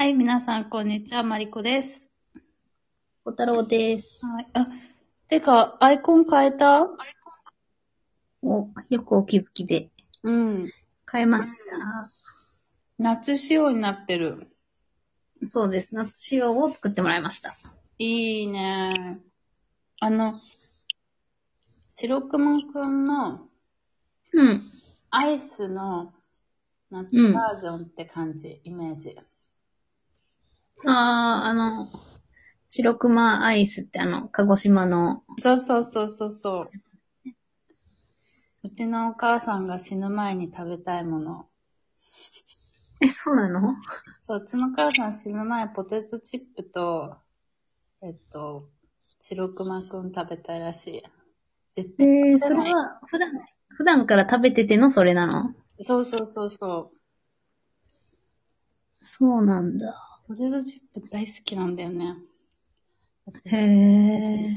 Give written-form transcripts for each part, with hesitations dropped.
はい、皆さん、こんにちは。マリコです。 小太郎です。 はい。てか、アイコン変えた？ よくお気づきで。 うん。 変えました。 夏仕様になってる。 そうです。夏仕様を作ってもらいました。 いいね。白熊くんのうん。 アイスの夏うん。 バージョンって感じ、イメージ。 白熊アイスって鹿児島の。 そうそうそうそうそう。うちのお母さんが死ぬ前に食べたいもの。 そうなの？ そう、うちのお母さん死ぬ前ポテトチップと、白熊くん食べたいらしい。絶対食べそれない。 は普段から食べててのそれなの？ そうそうそうそう。 そうなんだ。 ポテトチップ大好きなんだよね。 へえ。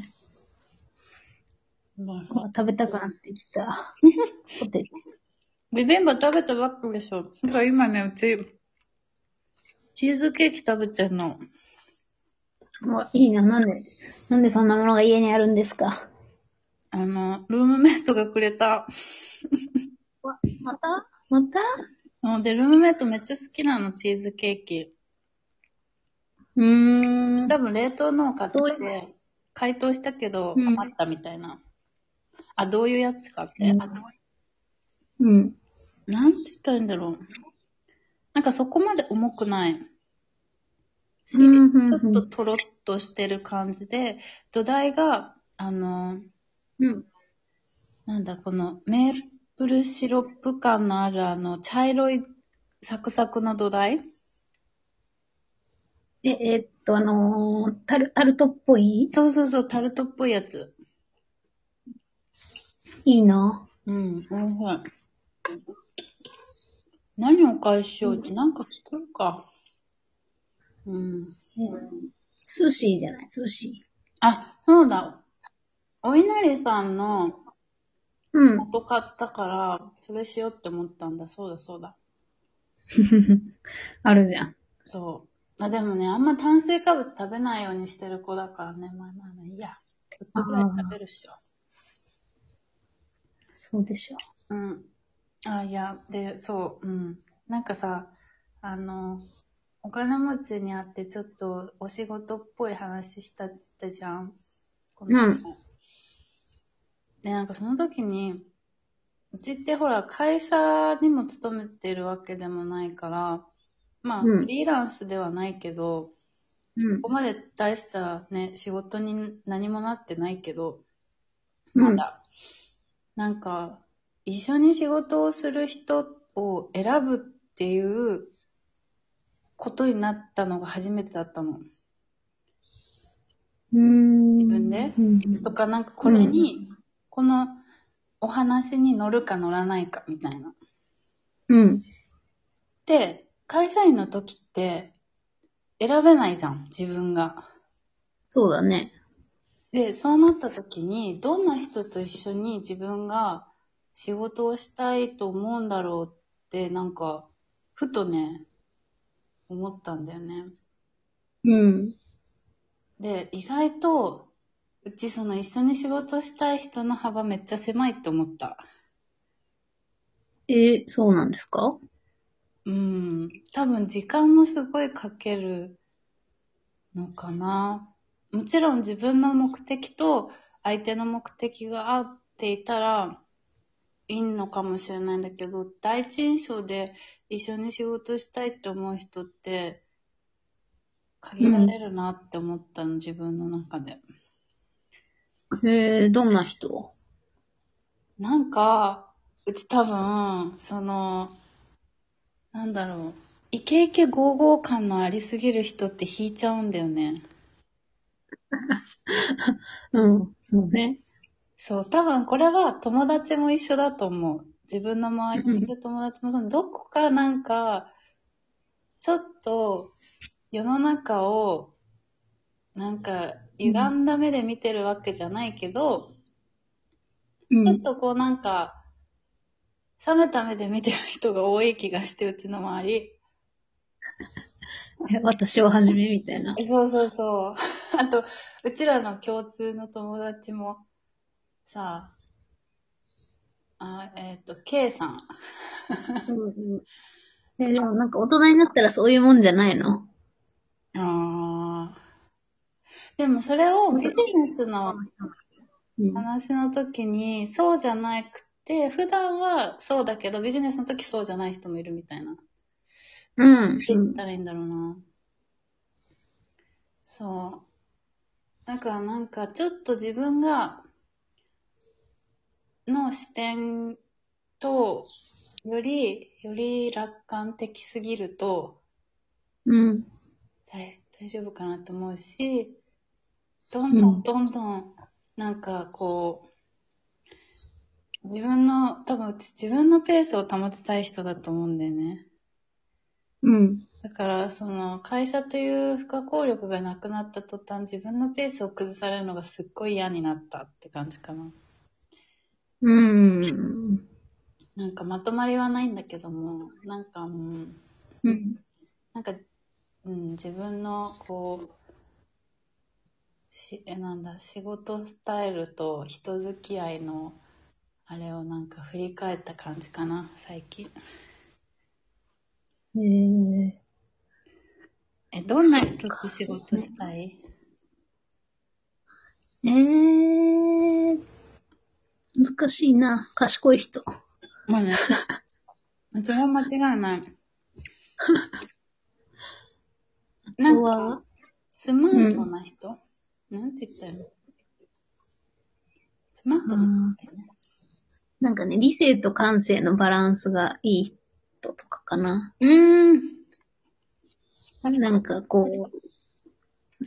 まあ、 食べたくなってきた。ポテト。 ビビンバ食べたばっかでしょ。だから今ね、うち、チーズケーキ食べてんの。 いいな。なんでそんなものが家にあるんですか？ ルームメイトがくれた。 またで、ルームメイトめっちゃ好きなの、チーズケーキ。 うーん。 多分冷凍のを買ってどういう、 て、解凍したけどうん。 余ったみたいな。あ、どういうやつかって。 うん。 なんて言ったらいいんだろう。なんかそこまで重くないし、 うん、うちょん、うん。 っとトロッとしてる感じで、土台が、 うん。 なんだ、このメープルシロップ感のある茶色いサクサクの土台。 タルトっぽい。 そうそうそう、タルトっぽいやつ。 いいな。 うん、おいしい。何をお返ししようって、なんか作るか。うん。 寿司じゃない、寿司。 あ、そうだ。お稲荷さんのうん。 元買ったから、それしようって思ったんだ。そうだそうだ。 あるじゃん。 そう。でもね、あんま炭水化物食べないようにしてる子だからね。まあまあまあ、いいや。ちょっあとぐらい食べあ、 るっしょ。 そうでしょうん。いや、で、そう、うん。なんかさ、あの、お金持ちに会ってちょっとお仕事っぽい話したって言ったじゃん。こう。 の前。 うん。 で、なんかその時に、うちってほら、会社にも勤めてるわけでもないから、まあ、 うん。 フリーランスではないけど、 うん。 ここまで大したね、仕事に何もなってないけど、 うん。 まだ。なんか、一緒に仕事をする人を選ぶっていうことになったのが初めてだったの。 うー自分で。 ん。うん。 とか、なんかこうん。 れに、このお話に乗るか乗らないかみたいな。 うん。 で、会社員の時って選べないじゃん、自分が。 そうだね。 で、そうなった時に、どんな人と一緒に自分が仕事をしたいと思うんだろうって、なんか、ふとね、思ったんだよね。 うん。 で、意外と、うちその一緒に仕事したい人の幅めっちゃ狭いって思った。 そうなんですか？ うん。多分時間もすごいかけるのかな。もちろん自分の目的と相手の目的が合っていたらいいのかもしれないんだけど、第一印象で一緒に仕事したいって思う人って限らうん。 れるなって思ったの、自分の中で。 どんな人？ なんか、うち多分、なんだろう。イケイケゴーゴー感のありすぎる人って引いちゃうんだよね。 うん。そうね。 そう、多分これは友達も一緒だと思う。自分の周りにいる友達もどこかなんか、ちょっと世の中をなんかうん。 歪んだ目で見てるわけじゃないけど、 うん。 ちょっとこうなんか、冷めた目で見てる人が多い気がして、うちの周り。 私をはじめみたいな。 そうそうそう。あと、うちらの共通の友達も、さ、K さん。 うんうん。でもなんか大人になったらそういうもんじゃないの？ ああ。でもそれをビジネスのうん。 話の時に、そうじゃなくて、普段はそうだけど、ビジネスの時そうじゃない人もいるみたいな。 うん。 言ったらいいんだろうな。そう。だからなんか、ちょっと自分の視点と、より楽観的すぎると、 うん。 大丈夫かなと思うし、どんうん。 どんどんどん、なんかこう、多分うち自分のペースを保ちたい人だと思うんだよね。 うん。 だから、その、会社という不可抗力がなくなった途端、自分のペースを崩されるのがすっごい嫌になったって感じかな。 うん。 なんかまとまりはないんだけども、 うん。 なんか、自分の、こう、仕事スタイルと人付き合いの、あれをなんか振り返った感じかな、最近。 えどんな人と仕事したい？ 難しいな。賢い人。 まあね、間違いない。なんか、 は、 スマートうん。 な人、なんて言ったらいいの？スマートなあー人ね。 なんかね、理性と感性のバランスがいい人とかかな。 うーん。 なんかこう、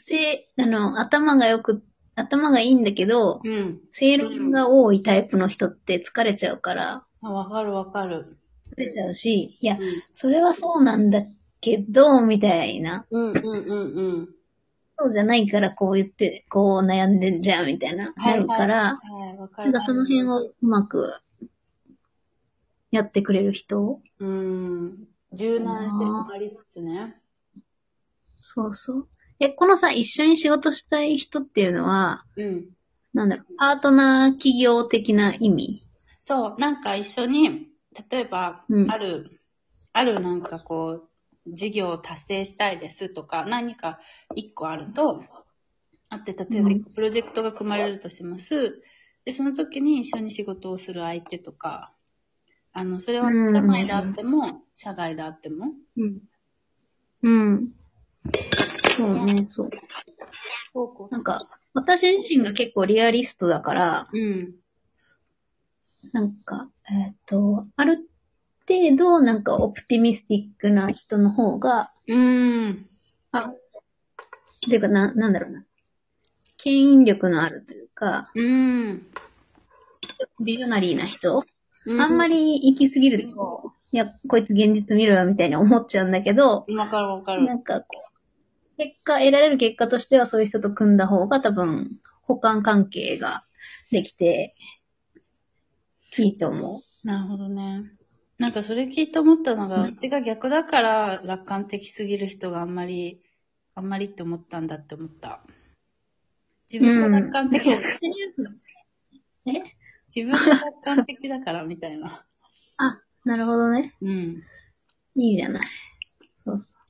頭がいいんだけど、 うん。 正論が多いタイプの人って疲れちゃうから、 あ、わかるわかる。 疲れちゃうし、いや、 うん。 それはそうなんだけど、みたいな。 うんうんうんうん。 そうじゃないからこう言って、こう悩んでんじゃん、みたいな、なはいはい。 るから、 はい、わかる。 なんかその辺をうまくやってくれる人柔か軟性もな。 ありつつね。 そうそう。このさ、一緒に仕事したい人っていうのは、 うん。 なんだろう、パートナー企業的な意味？ そう、なんか一緒に、例えば、 うん。 あるなんかこう、事業を達成したいですとか、何か一個あると、例えばうん。 一個プロジェクトが組まれるとします。で、その時に一緒に仕事をする相手とか、それはうん。 社内であっても、社外であっても、 うん。うん。そうね、そう。 こなんか、私自身が結構リアリストだから、 うん。 なんか、ある程度、なんかオプティミスティックな人の方が、 うーん。 ていうかなんだろうな。牽引力のあるというか、 うーん。 ビジョナリーな人うあんまり行き過ぎると、いや、こいつ現実見ろよみたいに思っちゃうんだけど、 ん。わかるわかる。 なんかこ得られる結果としてはそういう人と組んだ方が多分、補完関係ができていいと思なるほどね。なんかそれ聞いて思ったのが、 う。 うちが逆だから楽観的すぎる人があんまりって思ったんだって思った。自分が楽うん。そう、 観的だ、 一緒にやるの。え自分が楽観的だからみたいな。 あ、なるほどね。 うん。 いいじゃない。そうそう。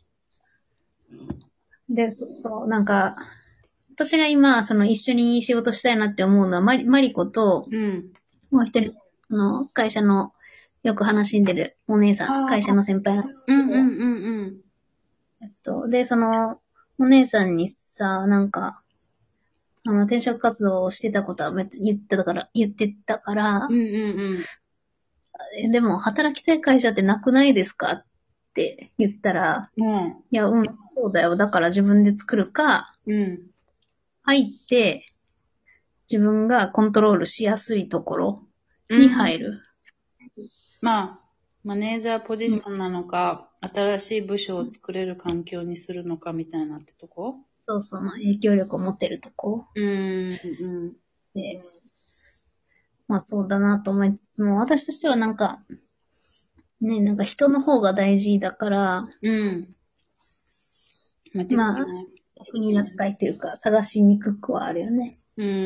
で、そう、なんか、私が今、その一緒に仕事したいなって思うのは、マリコと、 うん。 もう一人、会社の、よく話んでるお姉さん、会社ああ、 の先輩なんだうんうんけど、 うんで、その、お姉さんにさ、なんか、転職活動をしてたことは言ってたから、 うん。うんうんでも、働きたい会社ってなくないですかって言ったら、 うん。うん。 いや、うん、そうだよ。だから自分で作るか、 うん。 入って、自分がコントロールしやすいところにうん。 入る。 まあ、マネージャーポジうん、 ションなのか、新しい部署を作れる環境にするのかみたいなってとこ？ そうそう、まあ影響力を持ってるとこうん。 で、まあそうだなと思いつつも、私としてはなんか、ね、なんか人の方が大事だから、 うん。 間違いまあ、 ない。 逆に厄介というか、探しにくくはあるよね。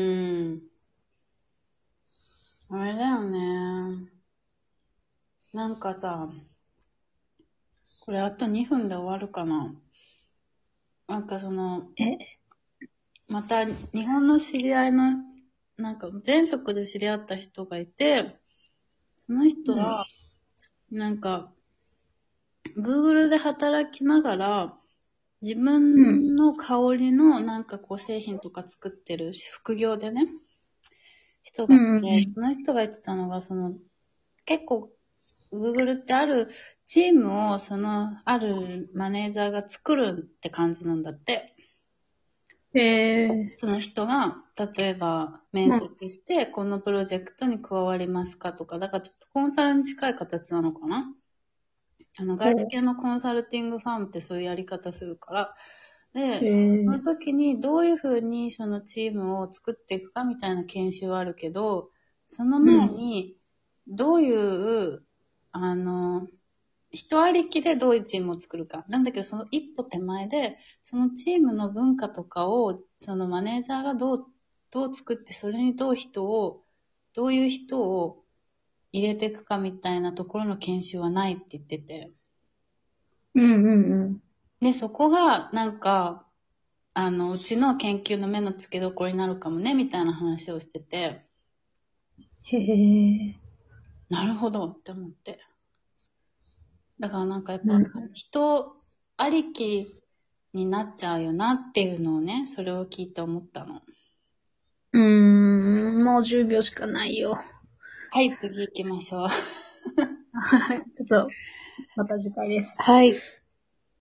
あれだよね。なんかさ、これあと2分で終わるかな。なんかえ、 また日本の知り合いの、なんか前職で知り合った人がいて、その人は、なんか、Google で働きながら、自分の香りのなんかこう製品とか作ってる副業でね、人がいて、その人が言ってたのが、結構 Google ってあるチームをあるマネージャーが作るって感じなんだって。その人が、例えば面接して、このプロジェクトに加わりますかとか、だからちょっとコンサルに近い形なのかな。外資系のコンサルティングファームってそういうやり方するから、で、その時にどういうふうにそのチームを作っていくかみたいな研修はあるけど、その前に、どういう、人ありきでどういうチームを作るか。なんだけど、その一歩手前で、そのチームの文化とかを、そのマネージャーがどう作って、それにどういう人を入れていくかみたいなところの研修はないって言ってて。で、そこが、なんか、うちの研究の目の付けどころになるかもね、みたいな話をしてて。なるほどって思って。だからなんかやっぱ、人ありきになっちゃうよなっていうのをね、それを聞いて思ったの。 もう10秒しかないよ。 はい、次行きましょう。 ちょっと、また次回です。 はい。